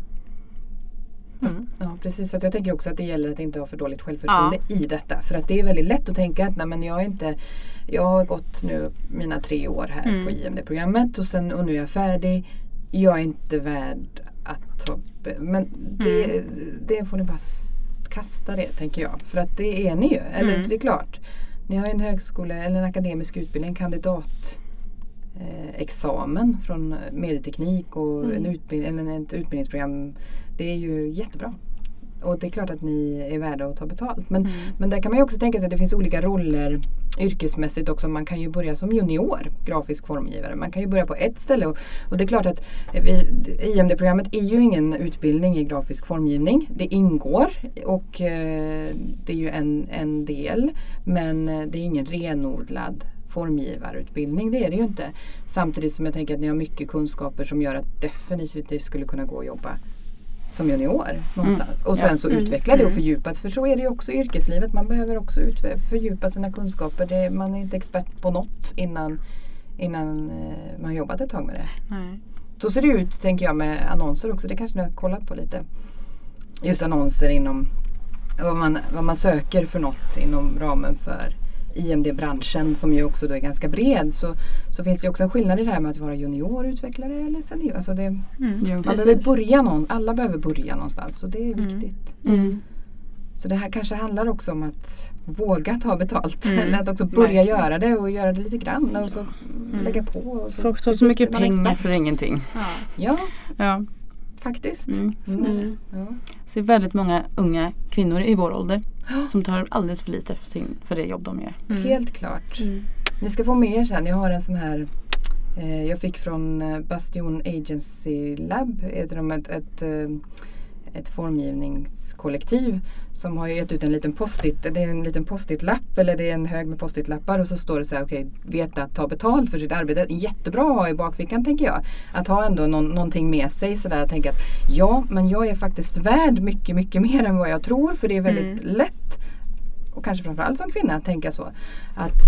Ja, precis. För att jag tänker också att det gäller att inte ha för dåligt självförtroende i detta. För att det är väldigt lätt att tänka att jag har gått nu mina 3 år här på IMD-programmet och nu är jag färdig. Jag är inte värd att ta... Men det får ni bara kasta det, tänker jag. För att det är ni ju. Eller det är klart. Ni har en högskola eller en akademisk utbildning, en kandidatexamen från medieteknik och ett utbildningsprogram. Det är ju jättebra. Och det är klart att ni är värda att ta betalt. Men där kan man ju också tänka sig att det finns olika roller yrkesmässigt också. Man kan ju börja som junior, grafisk formgivare. Man kan ju börja på ett ställe. Och det är klart att IMD-programmet är ju ingen utbildning i grafisk formgivning. Det ingår och det är ju en del. Men det är ingen renodlad formgivarutbildning, det är det ju inte. Samtidigt som jag tänker att ni har mycket kunskaper som gör att definitivt det skulle kunna gå att jobba som junior någonstans. Och sen så utveckla det och fördjupa. För så är det ju också i yrkeslivet. Man behöver också fördjupa sina kunskaper. Man är inte expert på något innan man har jobbat ett tag med det. Nej. Så ser det ut, tänker jag, med annonser också. Det kanske ni har kollat på lite. Just annonser inom vad man söker för något inom ramen för IMD-branschen som ju också då är ganska bred, så finns det ju också en skillnad i det här med att vara juniorutvecklare eller senior. Alltså man behöver börja alla behöver börja någonstans och det är viktigt. Så det här kanske handlar också om att våga ta betalt. Eller att också börja göra det och göra det lite grann och så lägga på. Och så. Folk tar så mycket pengar för ingenting. Ja. Faktiskt. Ja. Så det är väldigt många unga kvinnor i vår ålder som tar alldeles för lite för det jobb de gör. Helt klart. Ni ska få med er sen. Jag har en sån här jag fick från Bastion Agency Lab. Ett formgivningskollektiv som har gett ut en liten post-it. Det är en liten post-it-lapp eller det är en hög med post-it-lappar och så står det så här, okej, veta att ta betalt för sitt arbete. Jättebra att ha i bakfickan, tänker jag. Att ha ändå någonting med sig sådär. Tänka att men jag är faktiskt värd mycket, mycket mer än vad jag tror, för det är väldigt lätt, och kanske framförallt som kvinna, att tänka så. Att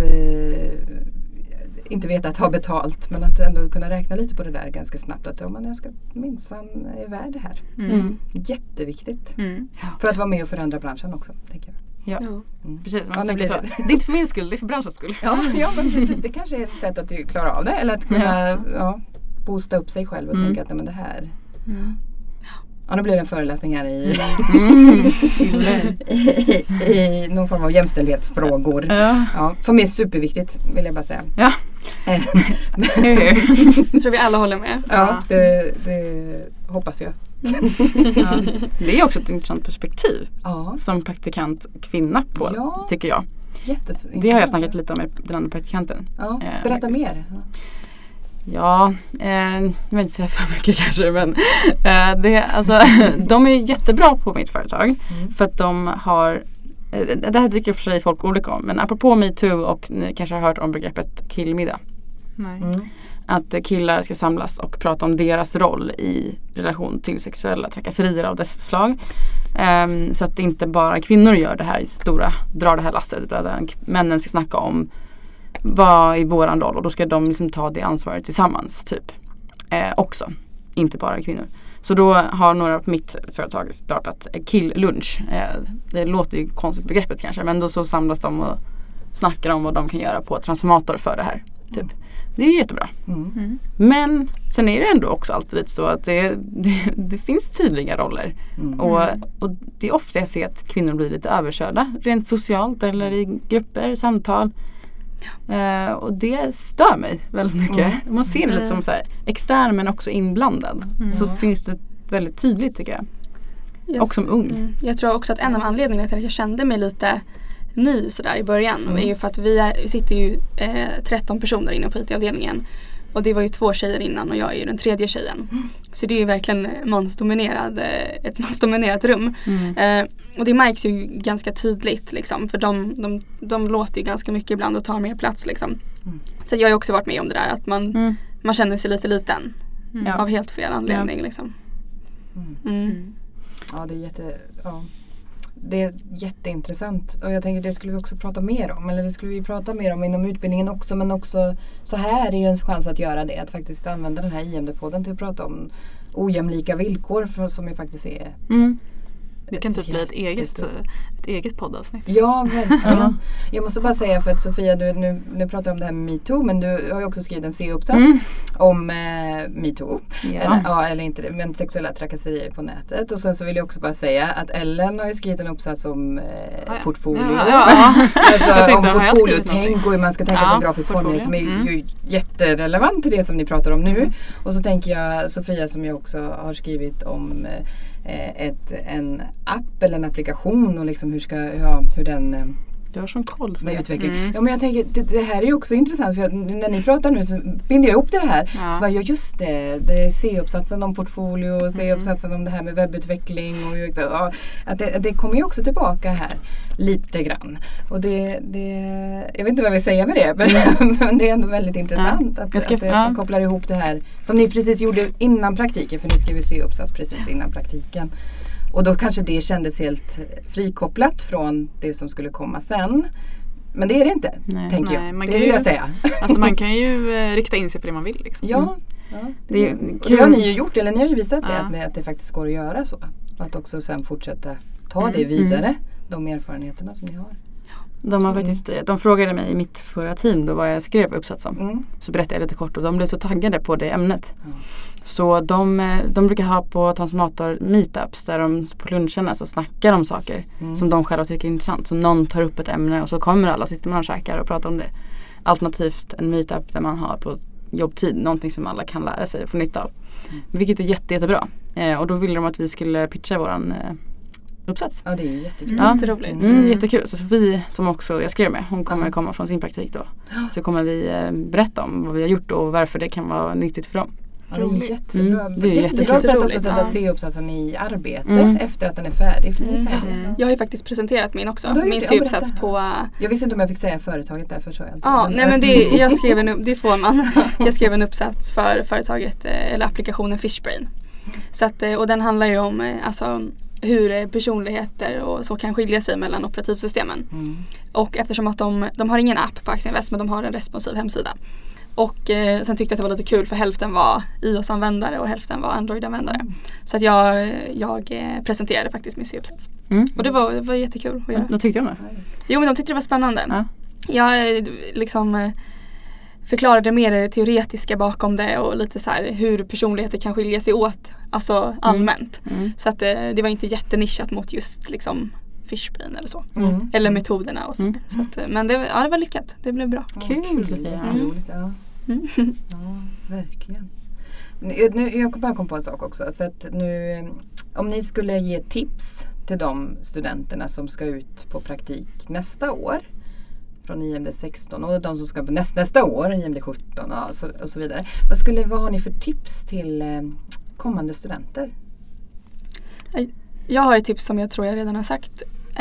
inte veta att ha betalt, men att ändå kunna räkna lite på det där ganska snabbt, att jag ska minsann är värd det här. Jätteviktigt. För att vara med och förändra branschen också, tänker jag. Ja. Precis. Man det är inte för min skull, det är för branschens skull. Ja, men precis. Det kanske är ett sätt att klara av det, eller att kunna boosta upp sig själv och tänka att men det här. Ja, då blir det en föreläsning här i någon form av jämställdhetsfrågor. Ja, som är superviktigt, vill jag bara säga. Ja. Jag tror vi alla håller med. Ja, det hoppas jag. Det är också ett intressant perspektiv som praktikant kvinna på, tycker jag. Det har jag snackat lite om med den andra praktikanten. Ja, berätta mer. Ja, jag vill inte säga för mycket kanske, men de är jättebra på mitt företag för att de har, det här tycker jag för sig folk olika om, men apropå MeToo, och ni kanske har hört om begreppet killmiddag. Nej. Att killar ska samlas och prata om deras roll i relation till sexuella trakasserier av dess slag. Så att inte bara kvinnor gör det här drar det här lasset, utan männen ska snacka om vad är våran roll, och då ska de liksom ta det ansvaret tillsammans typ. Också, inte bara kvinnor. Så då har några på mitt företag startat kill-lunch. Det låter ju konstigt begreppet kanske, men då så samlas de och snackar om vad de kan göra på transformator för det här. Typ. Det är jättebra. Men sen är det ändå också alltid lite så att det finns tydliga roller. Och det är ofta jag ser att kvinnor blir lite överkörda, rent socialt eller i grupper, samtal. Och det stör mig väldigt mycket. Man ser det lite som så här, extern men också inblandad. Så syns det väldigt tydligt, tycker jag. Och som ung. Jag tror också att en av anledningarna till att jag kände mig lite ny sådär i början är ju för att vi sitter ju 13 personer inne på IT-avdelningen. Och det var ju 2 tjejer innan och jag är ju den 3:e tjejen. Så det är ju verkligen ett mansdominerat rum. Och det märks ju ganska tydligt liksom, för de låter ju ganska mycket ibland och tar mer plats liksom. Så jag har ju också varit med om det där att man känner sig lite liten av helt fel anledning liksom. Ja, det är jätteintressant, och jag tänker det skulle vi också prata mer om, eller det skulle vi prata mer om inom utbildningen också, men också så här är ju en chans att göra det, att faktiskt använda den här IMD-podden till att prata om ojämlika villkor, som ju faktiskt är det kan typ bli ett eget poddavsnitt. Ja, verkligen. Jag måste bara säga, för att Sofia, nu pratar om det här med MeToo, men du har ju också skrivit en C-uppsats om MeToo. Eller inte det, men sexuella trakasserier på nätet. Och sen så vill jag också bara säga att Ellen har ju skrivit en uppsats om portfolio. Alltså om portfolio-tänk och hur man ska tänka som grafisk formgivare, som är ju jätterelevant till det som ni pratar om nu. Och så tänker jag Sofia, som jag också har skrivit om en app eller en applikation, och liksom hur den du har som koll med utveckling. Ja, men jag tänker det här är ju också intressant, för när ni pratar nu så binder jag ihop det här. Ja, just det är C-uppsatsen om portfolio, C-uppsatsen om det här med webbutveckling, och att det kommer ju också tillbaka här lite grann. Och det jag vet inte vad jag vill säga med det, men det är ändå väldigt intressant att man kopplar ihop det här som ni precis gjorde innan praktiken, för ni skrev C-uppsats precis innan praktiken. Och då kanske det kändes helt frikopplat från det som skulle komma sen. Men det är det inte, tänker jag. Det vill jag säga. Alltså man kan ju rikta in sig på det man vill. Liksom. Ja. Det har ni ju gjort, eller ni har ju visat att det faktiskt går att göra så. Att också sen fortsätta ta det vidare de erfarenheterna som ni har. De frågade mig i mitt förra team då vad jag skrev uppsats om. Så berättade jag lite kort och de blev så taggade på det ämnet. Så de brukar ha på transformator meetups där de på luncherna så snackar om saker som de själva tycker är intressant. Så någon tar upp ett ämne och så kommer alla, sitter man och käkar och pratar om det. Alternativt en meetup där man har på jobbtid någonting som alla kan lära sig och få nytta av. Vilket är jättebra. Och då ville de att vi skulle pitcha våran uppsats. Ja, det är ju jättekul. Jätteroligt. Jättekul. Så Sofie som också jag skrev med, hon kommer komma från sin praktik då. Så kommer vi berätta om vad vi har gjort och varför det kan vara nyttigt för dem. Ja, det är jättebra. Det är jättebra sätt också att sätta C-uppsatsen i arbete efter att den är färdig. Jag har ju faktiskt presenterat min också. Ja, min C-uppsats på... Jag visste inte om jag fick säga företaget därför så jag inte. Ja, nej men det får man. Jag skrev en uppsats för företaget eller applikationen Fishbrain. Så att, och den handlar ju om alltså, hur personligheter och så kan skilja sig mellan operativsystemen. Och eftersom att de har ingen app på Aktieinvest men de har en responsiv hemsida. Och sen tyckte jag att det var lite kul för hälften var iOS-användare och hälften var Android-användare. Så att jag presenterade faktiskt min C-uppsats. Och det var jättekul att göra. Vad tyckte de det? Jo men de tyckte det var spännande. Jag liksom förklarade mer det teoretiska bakom det och lite så här hur personligheter kan skilja sig åt alltså allmänt. Så att det var inte jättenischat mot just liksom Fishbrain eller så. Eller metoderna och så. Så att, men det var lyckat. Det blev bra. Kul Sofia. Roligt, ja. Ja, verkligen. Jag bara kom på en sak också. För att nu, om ni skulle ge tips till de studenterna som ska ut på praktik nästa år från IMD 16 och de som ska på nästa år, IMD 17 och så vidare. Vad har ni för tips till kommande studenter? Jag har ett tips som jag tror jag redan har sagt.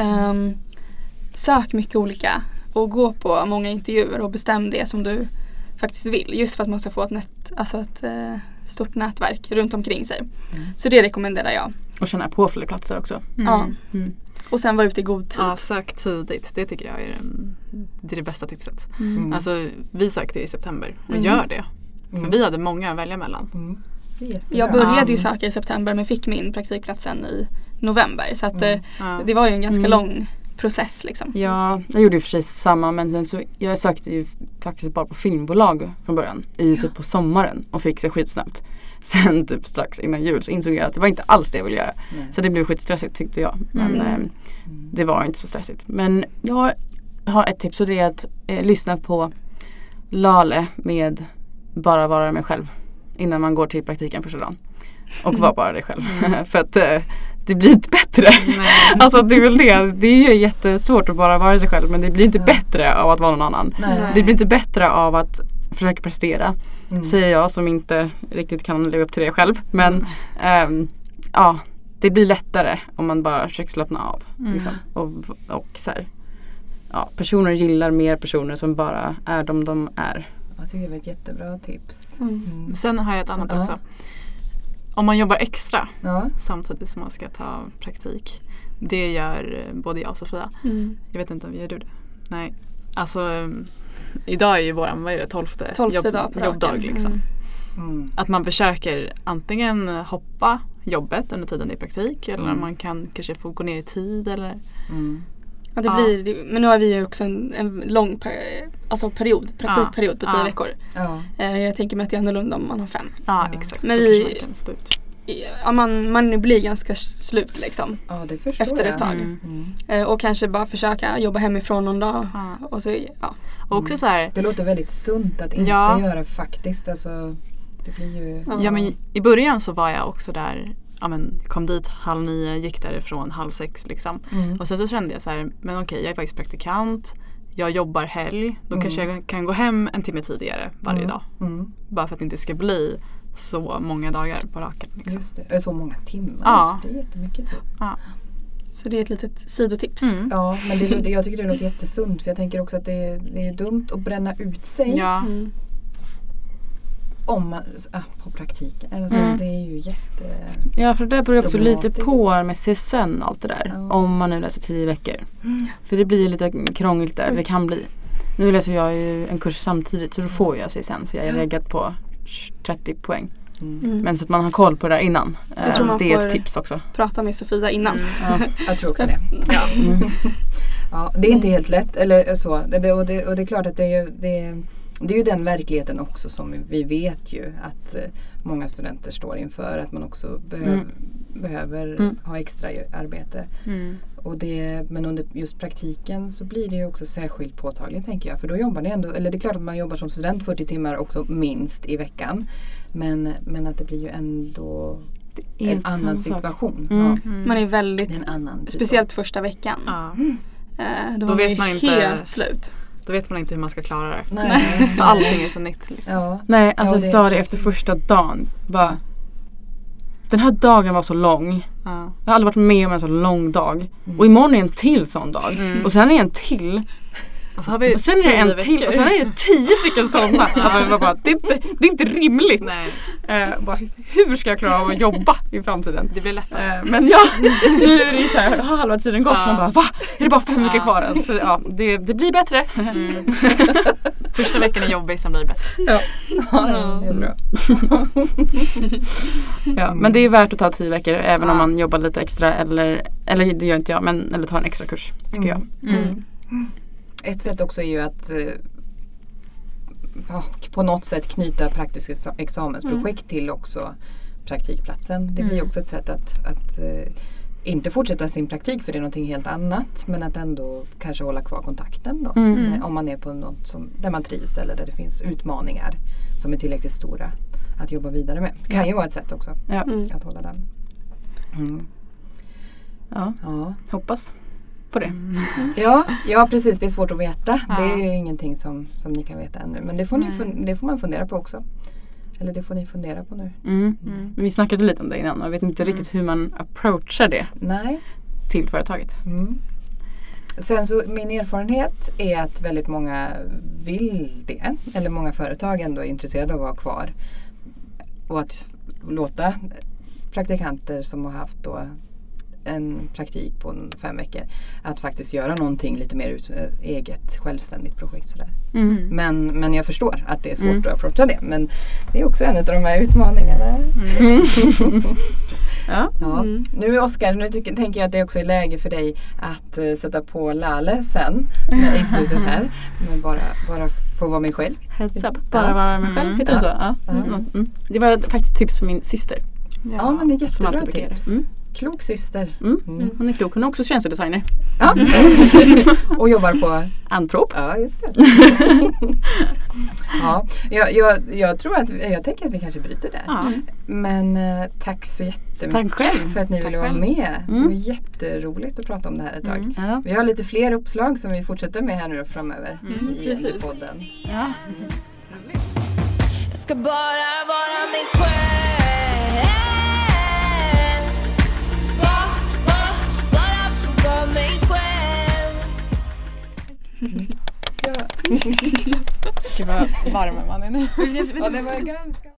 Sök mycket olika och gå på många intervjuer och bestäm det som du faktiskt vill. Just för att man ska få ett stort nätverk runt omkring sig. Så det rekommenderar jag. Och känna på fler platser också. Ja. Och sen vara ute i god tid. Ja, sök tidigt. Det tycker jag är det bästa tipset. Alltså, vi sökte i september och gör det. För vi hade många att välja mellan. Jag började ju söka i september men fick min praktikplatsen i november. Så att det var ju en ganska lång process liksom. Ja, jag gjorde ju för sig samma men sen så jag sökte ju faktiskt bara på filmbolag från början typ på sommaren och fick det skitsnabbt. Sen typ strax innan jul så insåg jag att det var inte alls det jag ville göra. Så det blev skitstressigt tyckte jag. Men det var inte så stressigt. Men jag har ett tips och det är att lyssna på Lale med bara vara mig själv innan man går till praktiken första dagen. Och vara bara dig själv. För att det blir inte bättre. Alltså det är väl det. Det är ju jättesvårt att bara vara sig själv men det blir inte bättre av att vara någon annan. Det blir inte bättre av att försöka prestera. Säger jag som inte riktigt kan leva upp till det själv. Men det blir lättare om man bara försöker slappna av. Liksom. Och så här, personer gillar mer personer som bara är de är. Jag tycker det var ett jättebra tips. Sen har jag ett annat också. Om man jobbar extra samtidigt som man ska ta praktik. Det gör både jag och Sofia. Jag vet inte om vi gör det. Nej. Alltså idag är ju våran, vad är det, 12:e jobbdag liksom. Att man försöker antingen hoppa jobbet under tiden i praktik eller man kan kanske få gå ner i tid eller Ja, det blir, men nu har vi ju också en lång praktikperiod på 10 veckor. Jag tänker mig att det är annorlunda om man har 5. Ja, exakt. Men vi kan stå ut. Man blir ganska slut liksom. Ja, det förstår efter ett tag. Och kanske bara försöka jobba hemifrån någon dag. Och så, och också så här, det låter väldigt sunt att inte göra faktiskt. Alltså, det blir ju... Ja, men i början så var jag också där. Kom dit 8:30, gick därifrån 5:30 liksom. Och sen så kände jag så här, men okej, jag är faktiskt praktikant. Jag jobbar helg. Då kanske jag kan gå hem en timme tidigare varje dag. Bara för att det inte ska bli så många dagar på raken. Liksom. Just det. Så många timmar. Det är jättemycket tid. Så det är ett litet sidotips. Ja, men jag tycker det låter jättesunt. För jag tänker också att det är dumt att bränna ut sig. Om man, på praktiken. Alltså, det är ju Ja, för det beror också lite på med CSN och allt det där. Om man nu läser 10 veckor. För det blir ju lite krångligt där. Det kan bli. Nu läser jag ju en kurs samtidigt så då får jag CSN. För jag är reggad på 30 poäng. Men så att man har koll på det innan. Jag tror man det är får ett tips också. Prata med Sofia innan. Ja, jag tror också det. Ja. Ja, det är inte helt lätt. Eller så. Och det är klart att det är ju den verkligheten också som vi vet ju att många studenter står inför. Att man också behöver ha extra arbete. Men under just praktiken så blir det ju också särskilt påtagligt, tänker jag. För då jobbar ni ändå, eller det är klart att man jobbar som student 40 timmar också minst i veckan. Men att det blir ju ändå en annan situation. Man är väldigt, en annan speciellt första veckan. Då vet man inte helt slut. Då vet man inte hur man ska klara det. Nej. För allting är så nytt. Liksom. Ja. Nej, alltså jag sa det efter första dagen. Bara, den här dagen var så lång. Jag har aldrig varit med om en så lång dag. Och imorgon är en till sån dag. Och sen är en till. Och, så har vi och sen är det en till. Och sen är det 10 stycken sådana. Alltså, det är inte rimligt. Bara, hur ska jag klara av att jobba i framtiden? Det blir lättare. Men ja, nu är det så här, har halva tiden gått. Man bara, va? Är det bara 5 veckor kvar? Alltså, ja, det blir bättre. Första veckan är jobbig, sen blir det bättre. Ja, det är bra. Ja, men det är värt att ta 10 veckor även om man jobbar lite extra eller det gör inte jag, men eller ta en extra kurs, tycker jag. Ett sätt också är ju att på något sätt knyta praktiska examensprojekt till också praktikplatsen. Det blir också ett sätt att inte fortsätta sin praktik, för det är någonting helt annat, men att ändå kanske hålla kvar kontakten då. Om man är på något där man trivs eller där det finns utmaningar som är tillräckligt stora att jobba vidare med. Det kan ju vara ett sätt också att hålla den. Ja, hoppas på det. Ja, precis. Det är svårt att veta. Det är ju ingenting som ni kan veta ännu. Men det får man fundera på också. Eller det får ni fundera på nu. Men vi snackade lite om det innan och jag vet inte riktigt hur man approachar det till företaget. Sen så min erfarenhet är att väldigt många vill det. Eller många företag ändå är intresserade av att vara kvar. Och att låta praktikanter som har haft då en praktik på 5 veckor att faktiskt göra någonting lite mer eget självständigt projekt sådär. Men jag förstår att det är svårt att approacha det, men det är också en av de här utmaningarna. Nu Oskar, nu tänker jag att det också är läge för dig att sätta på Lale sen i slutet här, men bara få vara mig själv. Heads up, bara vara mig själv, heter det så? Ja. Det var faktiskt tips för min syster. Ja, men det är jättebra tips. Klok syster. Hon är klok. Hon är också tjänstedesigner. Ja. Och jobbar på Antrop. Ja, just det. Jag tror jag tänker att vi kanske bryter där. Men tack så jättemycket för att ni ville vara med. Det var jätteroligt att prata om det här ett tag. Vi har lite fler uppslag som vi fortsätter med här nu framöver i podden. Jag ska bara vara mig själv. Gud vad varm man är nu. Ja, det var ganska